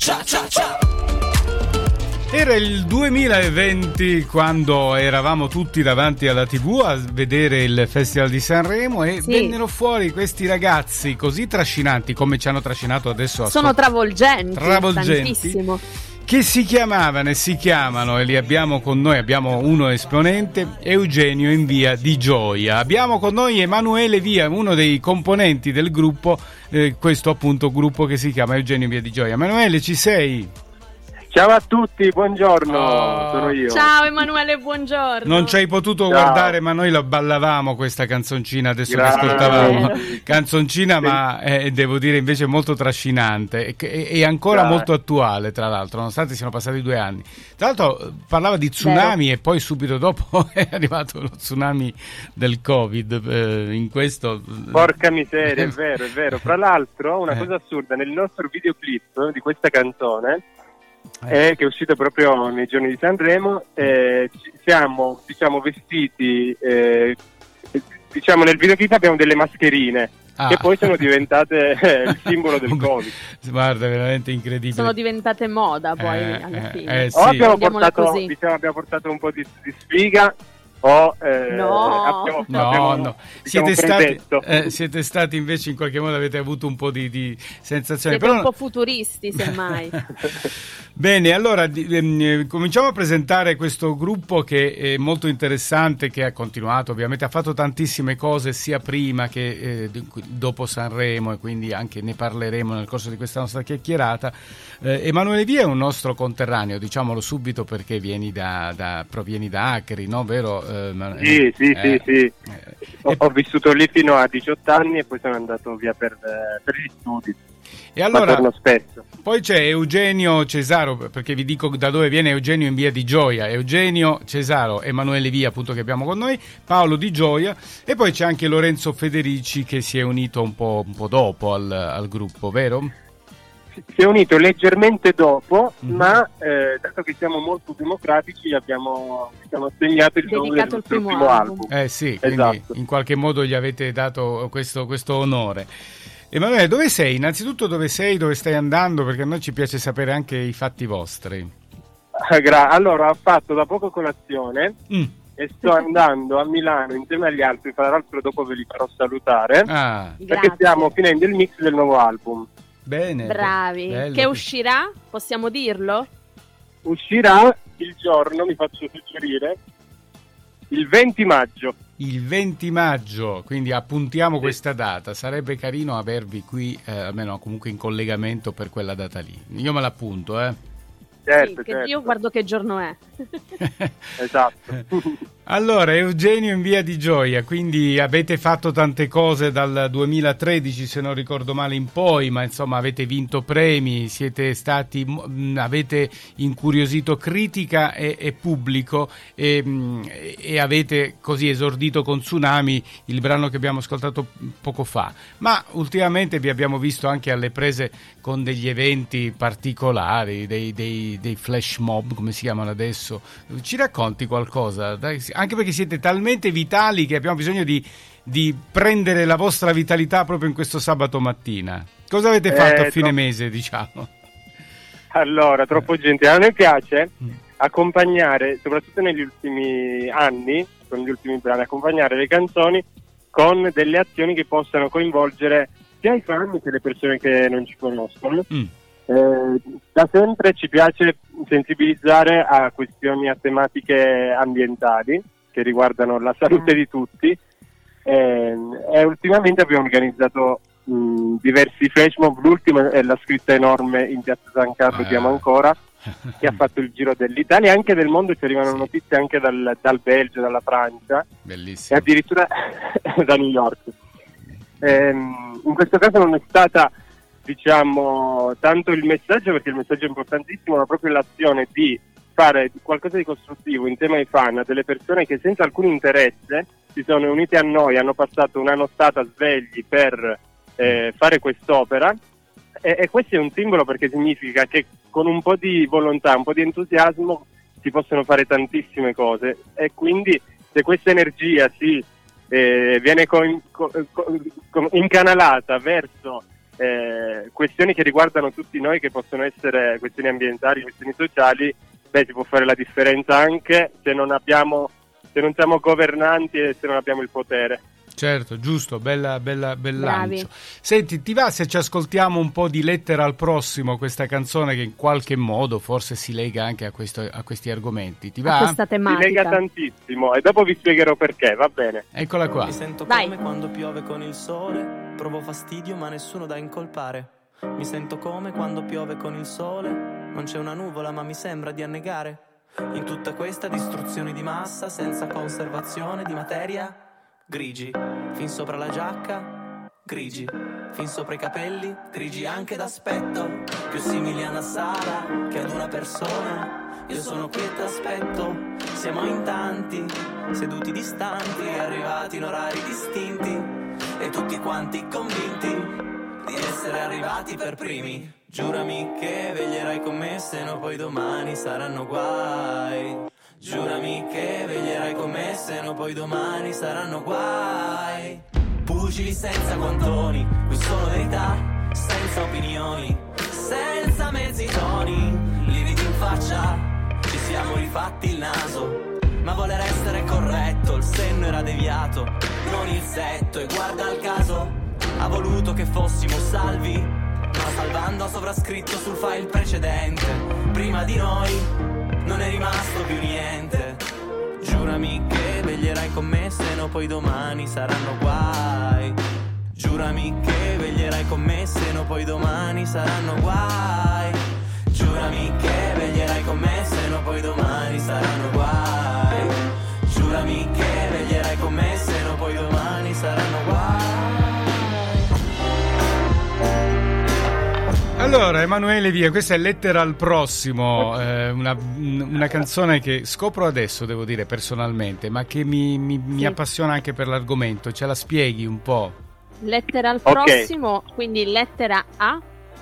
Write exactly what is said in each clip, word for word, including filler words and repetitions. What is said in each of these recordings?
Era il duemilaventi quando eravamo tutti davanti alla tivù a vedere il Festival di Sanremo e sì. vennero fuori questi ragazzi così trascinanti come ci hanno trascinato adesso. Sono a travolgenti, travolgenti tantissimo. Che si chiamavano e si chiamano, e li abbiamo con noi, abbiamo uno esponente, Eugenio in Via di Gioia. Abbiamo con noi Emanuele Via, uno dei componenti del gruppo, eh, questo appunto gruppo che si chiama Eugenio in Via di Gioia. Emanuele, ci sei? Ciao a tutti, buongiorno, oh. sono io. Ciao Emanuele, buongiorno. Non ci hai potuto Ciao. guardare, ma noi la ballavamo questa canzoncina adesso Grazie. che ascoltavamo. Canzoncina, sì. ma eh, devo dire invece molto trascinante e, e ancora Grazie. molto attuale, tra l'altro, nonostante siano passati due anni. Tra l'altro parlava di tsunami Vero. e poi subito dopo è arrivato lo tsunami del Covid. Eh, in questo Porca miseria, è vero, è vero. Fra l'altro, una eh. cosa assurda, nel nostro videoclip di questa canzone, Eh, che è uscito proprio nei giorni di Sanremo, eh, siamo diciamo vestiti eh, diciamo nel videoclip abbiamo delle mascherine ah. che poi sono diventate eh, il simbolo del Covid. Guarda, veramente incredibile, sono diventate moda poi eh, alla eh, fine eh, sì. o abbiamo portato, diciamo, abbiamo portato un po' di, di sfiga o eh, no, abbiamo, no, abbiamo, no. Diciamo, siete, stati, eh, siete stati invece in qualche modo avete avuto un po' di, di sensazione. Siete Però... un po' futuristi semmai. Bene, allora di, ehm, cominciamo a presentare questo gruppo che è molto interessante, che ha continuato, ovviamente ha fatto tantissime cose sia prima che eh, dopo Sanremo, e quindi anche ne parleremo nel corso di questa nostra chiacchierata. eh, Emanuele Via è un nostro conterraneo, diciamolo subito, perché vieni da, da, provieni da Acri, no? Vero? Eh, ma, sì, sì, eh, sì, sì. Eh, ho, ho vissuto lì fino a diciotto anni e poi sono andato via per, per gli studi. E allora, torno spesso. Poi c'è Eugenio Cesaro, perché vi dico da dove viene Eugenio in Via di Gioia. Eugenio Cesaro, Emanuele Via appunto che abbiamo con noi, Paolo Di Gioia, e poi c'è anche Lorenzo Federici che si è unito un po', un po' dopo al, al gruppo, vero? Si è unito leggermente dopo, mm-hmm. ma eh, dato che siamo molto democratici abbiamo, abbiamo assegnato il nome del nostro primo, primo album. album. Eh sì, quindi esatto. in qualche modo gli avete dato questo, questo onore. Emanuele, dove sei? Innanzitutto dove sei, dove stai andando? Perché a noi ci piace sapere anche i fatti vostri. Allora, ho fatto da poco colazione mm. e sto andando a Milano insieme agli altri, tra l'altro dopo ve li farò salutare, ah. perché Grazie. stiamo finendo il mix del nuovo album. Bene. Bravi. Bello. Che uscirà? Possiamo dirlo? Uscirà il giorno, mi faccio suggerire, il venti maggio. Il venti maggio, quindi appuntiamo sì. questa data. Sarebbe carino avervi qui, eh, almeno comunque in collegamento per quella data lì. Io me l'appunto, eh. Certo, sì, che certo. Io guardo che giorno è. Esatto. Allora, Eugenio in Via di Gioia, quindi avete fatto tante cose dal duemilatredici, se non ricordo male, in poi, ma insomma avete vinto premi, siete stati, avete incuriosito critica e, e pubblico e, e avete così esordito con Tsunami, il brano che abbiamo ascoltato poco fa. Ma ultimamente vi abbiamo visto anche alle prese con degli eventi particolari, dei, dei, dei flash mob, come si chiamano adesso. Ci racconti qualcosa? Dai, anche perché siete talmente vitali che abbiamo bisogno di, di prendere la vostra vitalità proprio in questo sabato mattina. Cosa avete fatto eh, a fine troppo... mese, diciamo? Allora, troppo gentile. A noi piace mm. accompagnare, soprattutto negli ultimi anni, con gli ultimi brani, accompagnare le canzoni con delle azioni che possano coinvolgere sia i fan che le persone che non ci conoscono. Mm. Eh, da sempre ci piace sensibilizzare a questioni, a tematiche ambientali che riguardano la salute di tutti eh, e ultimamente abbiamo organizzato mh, diversi flash mob. L'ultimo è la scritta enorme in piazza San Carlo, diamo ancora, che ha fatto il giro dell'Italia e anche del mondo. Ci arrivano sì. notizie anche dal, dal Belgio, dalla Francia. Bellissimo. E addirittura da New York. Eh, in questo caso non è stata, diciamo, tanto il messaggio, perché il messaggio è importantissimo, ma proprio l'azione di fare qualcosa di costruttivo insieme ai fan, a delle persone che senza alcun interesse si sono unite a noi, hanno passato una nottata svegli per eh, fare quest'opera e, e questo è un simbolo, perché significa che con un po' di volontà, un po' di entusiasmo si possono fare tantissime cose, e quindi se questa energia si eh, viene co- co- co- incanalata verso eh, questioni che riguardano tutti noi, che possono essere questioni ambientali, questioni sociali, beh, si può fare la differenza anche se non abbiamo, se non siamo governanti e se non abbiamo il potere. Certo, giusto, bella, bella, bel Bravi. lancio. Senti, ti va se ci ascoltiamo un po' di Lettera al prossimo, questa canzone che in qualche modo forse si lega anche a, questo, a questi argomenti, ti va? A questa tematica. Si lega tantissimo e dopo vi spiegherò perché, va bene. Eccola qua. Mi sento Vai. come quando piove con il sole, provo fastidio ma nessuno da incolpare. Mi sento come quando piove con il sole, non c'è una nuvola ma mi sembra di annegare. In tutta questa distruzione di massa, senza conservazione di materia, grigi, fin sopra la giacca, grigi, fin sopra i capelli, grigi anche d'aspetto, più simili a una sala che ad una persona. Io sono qui e t'aspetto, siamo in tanti, seduti distanti, arrivati in orari distinti, e tutti quanti convinti di essere arrivati per primi. Giurami che veglierai con me, se no poi domani saranno guai. Giurami che veglierai con me, se no poi domani saranno guai. Pugili senza guantoni, qui solo verità, senza opinioni, senza mezzi toni, lividi in faccia, ci siamo rifatti il naso. Ma voler essere corretto, il senno era deviato, non il setto, e guarda il caso, ha voluto che fossimo salvi, ma salvando ha sovrascritto sul file precedente. Prima di noi non è rimasto più niente. Giurami che veglierai con me, se no poi domani saranno guai. Giurami che veglierai con me, se no poi domani saranno guai. Giurami che veglierai con me, se no poi domani saranno guai. Giurami che veglierai con me, se no poi domani saranno guai. Allora, Emanuele Via, questa è Lettera al prossimo, eh, una, una canzone che scopro adesso, devo dire, personalmente, ma che mi, mi, mi Sì. appassiona anche per l'argomento. Ce la spieghi un po'? Lettera al Ok. prossimo, quindi lettera A.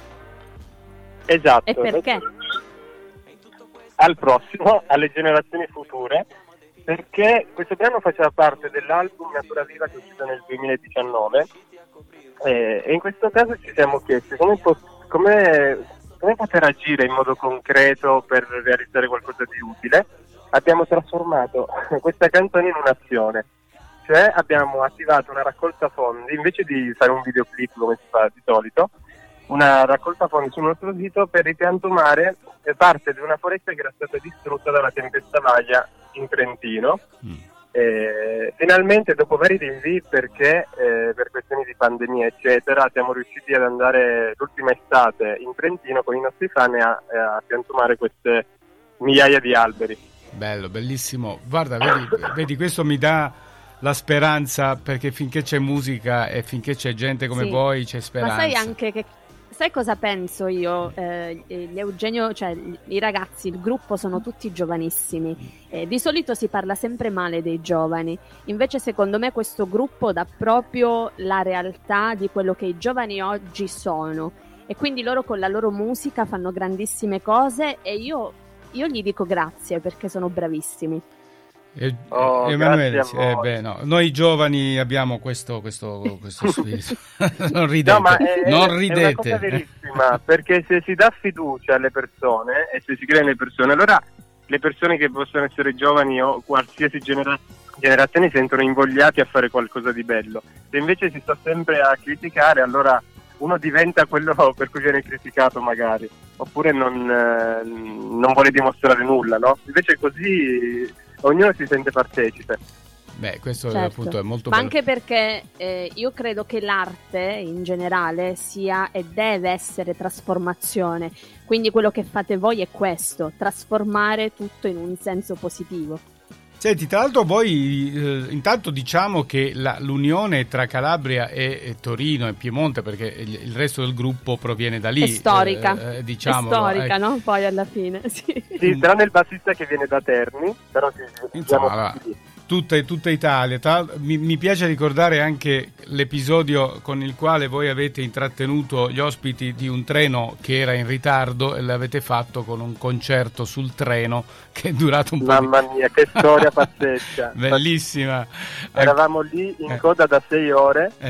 Esatto. E perché? Al prossimo, alle generazioni future, perché questo brano faceva parte dell'album Natura Viva che è uscito nel duemiladiciannove, eh, e in questo caso ci siamo chiesti come, po- come, come poter agire in modo concreto per realizzare qualcosa di utile. Abbiamo trasformato questa canzone in un'azione, cioè abbiamo attivato una raccolta fondi, invece di fare un videoclip come si fa di solito, una raccolta fondi sul nostro sito per ripiantumare parte di una foresta che era stata distrutta dalla tempesta Vaia in Trentino. Mm. Eh, finalmente, dopo vari rinvii, perché eh, per questioni di pandemia eccetera, siamo riusciti ad andare l'ultima estate in Trentino con i nostri fan a, a piantumare queste migliaia di alberi. Bello, bellissimo. Guarda, vedi, vedi, questo mi dà la speranza, perché finché c'è musica e finché c'è gente come Sì. voi c'è speranza. Ma sai anche che sai cosa penso io? Eh, gli Eugenio, cioè i ragazzi, il gruppo sono tutti giovanissimi. Eh, di solito si parla sempre male dei giovani. Invece secondo me questo gruppo dà proprio la realtà di quello che i giovani oggi sono. E quindi loro con la loro musica fanno grandissime cose e io, io gli dico grazie perché sono bravissimi. Eh, Oh, Emanuele, grazie a eh, voi. beh, no, noi giovani abbiamo questo, questo, questo spirito. Non ridete, No, ma è, non è ridete. una cosa verissima, perché se si dà fiducia alle persone e se si crea nelle persone, allora le persone che possono essere giovani o qualsiasi genera- generazione si sentono invogliati a fare qualcosa di bello. Se invece si sta sempre a criticare, allora uno diventa quello per cui viene criticato magari, oppure non, eh, non vuole dimostrare nulla, no? Invece così ognuno si sente partecipe. Beh, questo Certo. appunto è molto Ma bello. anche perché eh, io credo che l'arte in generale sia e deve essere trasformazione. Quindi quello che fate voi è questo, trasformare tutto in un senso positivo. Senti, tra l'altro voi eh, intanto diciamo che la, l'unione tra Calabria e, e Torino e Piemonte, perché il, il resto del gruppo proviene da lì. È storica, eh, eh, è diciamolo, storica, ecco. no? Poi alla fine, sì. Sì, tranne il bassista che viene da Terni, però sì, Insomma, siamo allora, tutti lì. tutta, tutta Italia. Tra l'altro, mi, mi piace ricordare anche l'episodio con il quale voi avete intrattenuto gli ospiti di un treno che era in ritardo e l'avete fatto con un concerto sul treno che è durato un po' Mamma mia, che storia pazzesca. di... Bellissima. Eravamo lì in Eh. coda da sei ore Eh,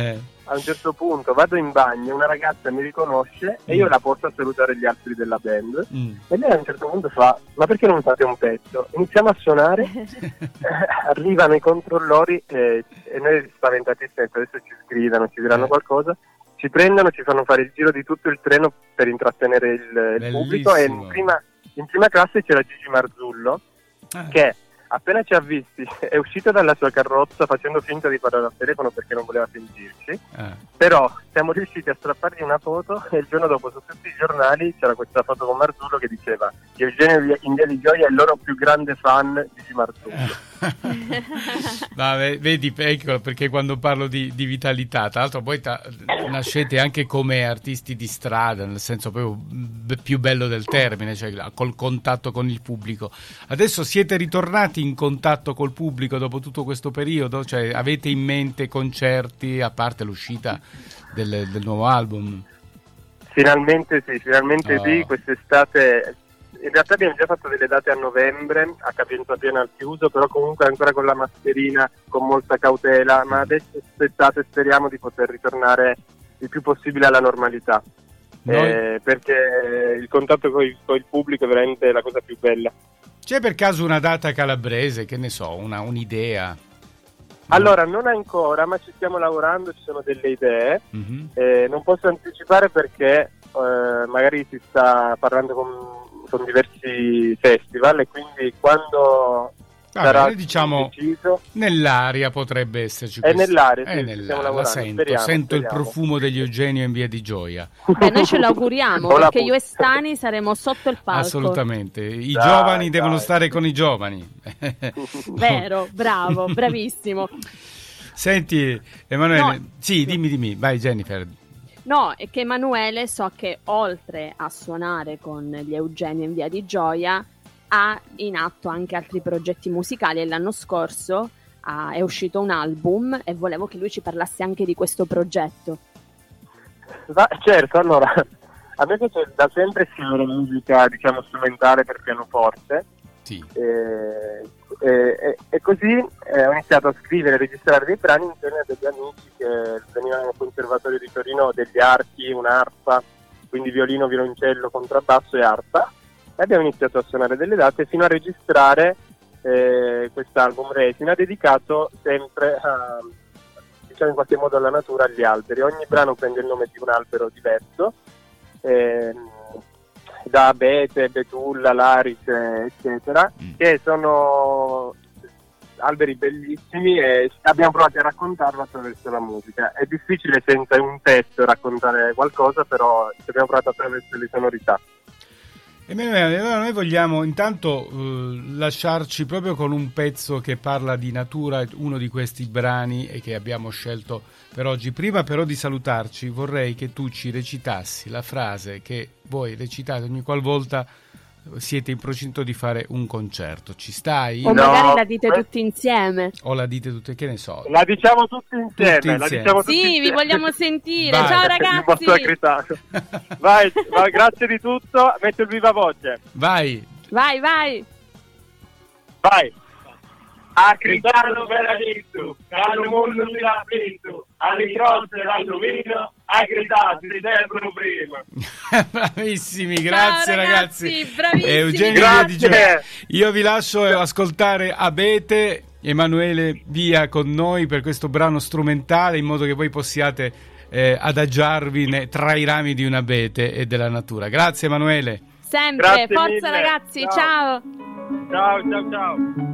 a un certo punto vado in bagno, una ragazza mi riconosce e io la porto a salutare gli altri della band mm. e lei a un certo punto fa: ma perché non fate un pezzo? Iniziamo a suonare, eh, arrivano i controllori e, e noi spaventati sempre, adesso ci sgridano, ci diranno qualcosa, ci prendono, ci fanno fare il giro di tutto il treno per intrattenere il, il pubblico, e in prima, in prima classe c'era Gigi Marzullo ah. che appena ci ha visti è uscito dalla sua carrozza facendo finta di parlare al telefono perché non voleva sentirci, ah. però siamo riusciti a strappargli una foto e il giorno dopo su tutti i giornali c'era questa foto con Marzullo che diceva: Eugenio in Via di Gioia è il loro più grande fan di Marzullo. No, vedi, ecco perché quando parlo di, di vitalità, tra l'altro poi ta, nascete anche come artisti di strada, nel senso proprio b- più bello del termine, cioè col contatto con il pubblico. Adesso siete ritornati in contatto col pubblico dopo tutto questo periodo? Cioè avete in mente concerti a parte l'uscita del, del nuovo album? Finalmente sì, finalmente oh. sì, quest'estate. In realtà abbiamo già fatto delle date a novembre, a Capienza Piena al chiuso, però comunque ancora con la mascherina, con molta cautela, ma adesso quest'estate speriamo di poter ritornare il più possibile alla normalità, eh, perché il contatto con il, con il pubblico è veramente la cosa più bella. C'è per caso una data calabrese, che ne so, una, un'idea? Allora, non ancora, ma ci stiamo lavorando, ci sono delle idee, mm-hmm. eh, non posso anticipare perché eh, magari si sta parlando con... con diversi festival, e quindi quando ah, sarà bene, diciamo deciso, nell'aria potrebbe esserci è nell'aria, è sì, nell'aria. La sento, speriamo, sento speriamo. Il profumo degli Eugenio in Via di Gioia. Beh, noi ce lo auguriamo perché io e Stani saremo sotto il palco. Assolutamente, i dai, giovani dai. devono stare con i giovani. Vero, bravo, bravissimo. Senti Emanuele, no. sì, dimmi dimmi, vai Jennifer. No, è che Emanuele so che oltre a suonare con gli Eugenio in Via di Gioia ha in atto anche altri progetti musicali, e l'anno scorso ha, è uscito un album e volevo che lui ci parlasse anche di questo progetto. Ma, certo, allora a me piace da sempre scrivere musica, diciamo, strumentale per pianoforte. Sì. E, e, e così eh, ho iniziato a scrivere e registrare dei brani insieme a degli amici che venivano al conservatorio di Torino, degli archi, un'arpa, quindi violino, violoncello, contrabbasso e arpa, e abbiamo iniziato a suonare delle date fino a registrare eh, quest'album Resina, dedicato sempre a, diciamo in qualche modo alla natura, agli alberi. Ogni brano prende il nome di un albero diverso, eh, da abete, betulla, larice, eccetera, mm. che sono alberi bellissimi, e abbiamo provato a raccontarlo attraverso la musica. È difficile senza un testo raccontare qualcosa, però ci abbiamo provato attraverso le sonorità. Emanuele, allora noi vogliamo intanto eh, lasciarci proprio con un pezzo che parla di natura, uno di questi brani e che abbiamo scelto per oggi. Prima però di salutarci vorrei che tu ci recitassi la frase che voi recitate ogni qualvolta siete in procinto di fare un concerto. Ci stai? O magari no, la dite tutti insieme. O la dite tutte, che ne so. La diciamo tutti insieme. Tutti insieme. La diciamo tutti sì, insieme. Vi vogliamo sentire. Vai. Ciao ragazzi. Vai, vai, grazie di tutto. Metto il viva voce. Vai. Vai, vai. Vai. A gridare veramente, al mondo mi l'ha vinto, alle croste l'allumino, a gridare sempre prima. Bravissimi, grazie. Ciao, ragazzi, ragazzi, bravissimi. Eugenio, grazie. Io vi lascio ascoltare Abete, Emanuele via con noi per questo brano strumentale, in modo che voi possiate eh, adagiarvi ne, tra i rami di un abete e della natura. Grazie Emanuele. Sempre, grazie forza mille. Ragazzi, ciao. Ciao, ciao, ciao. ciao.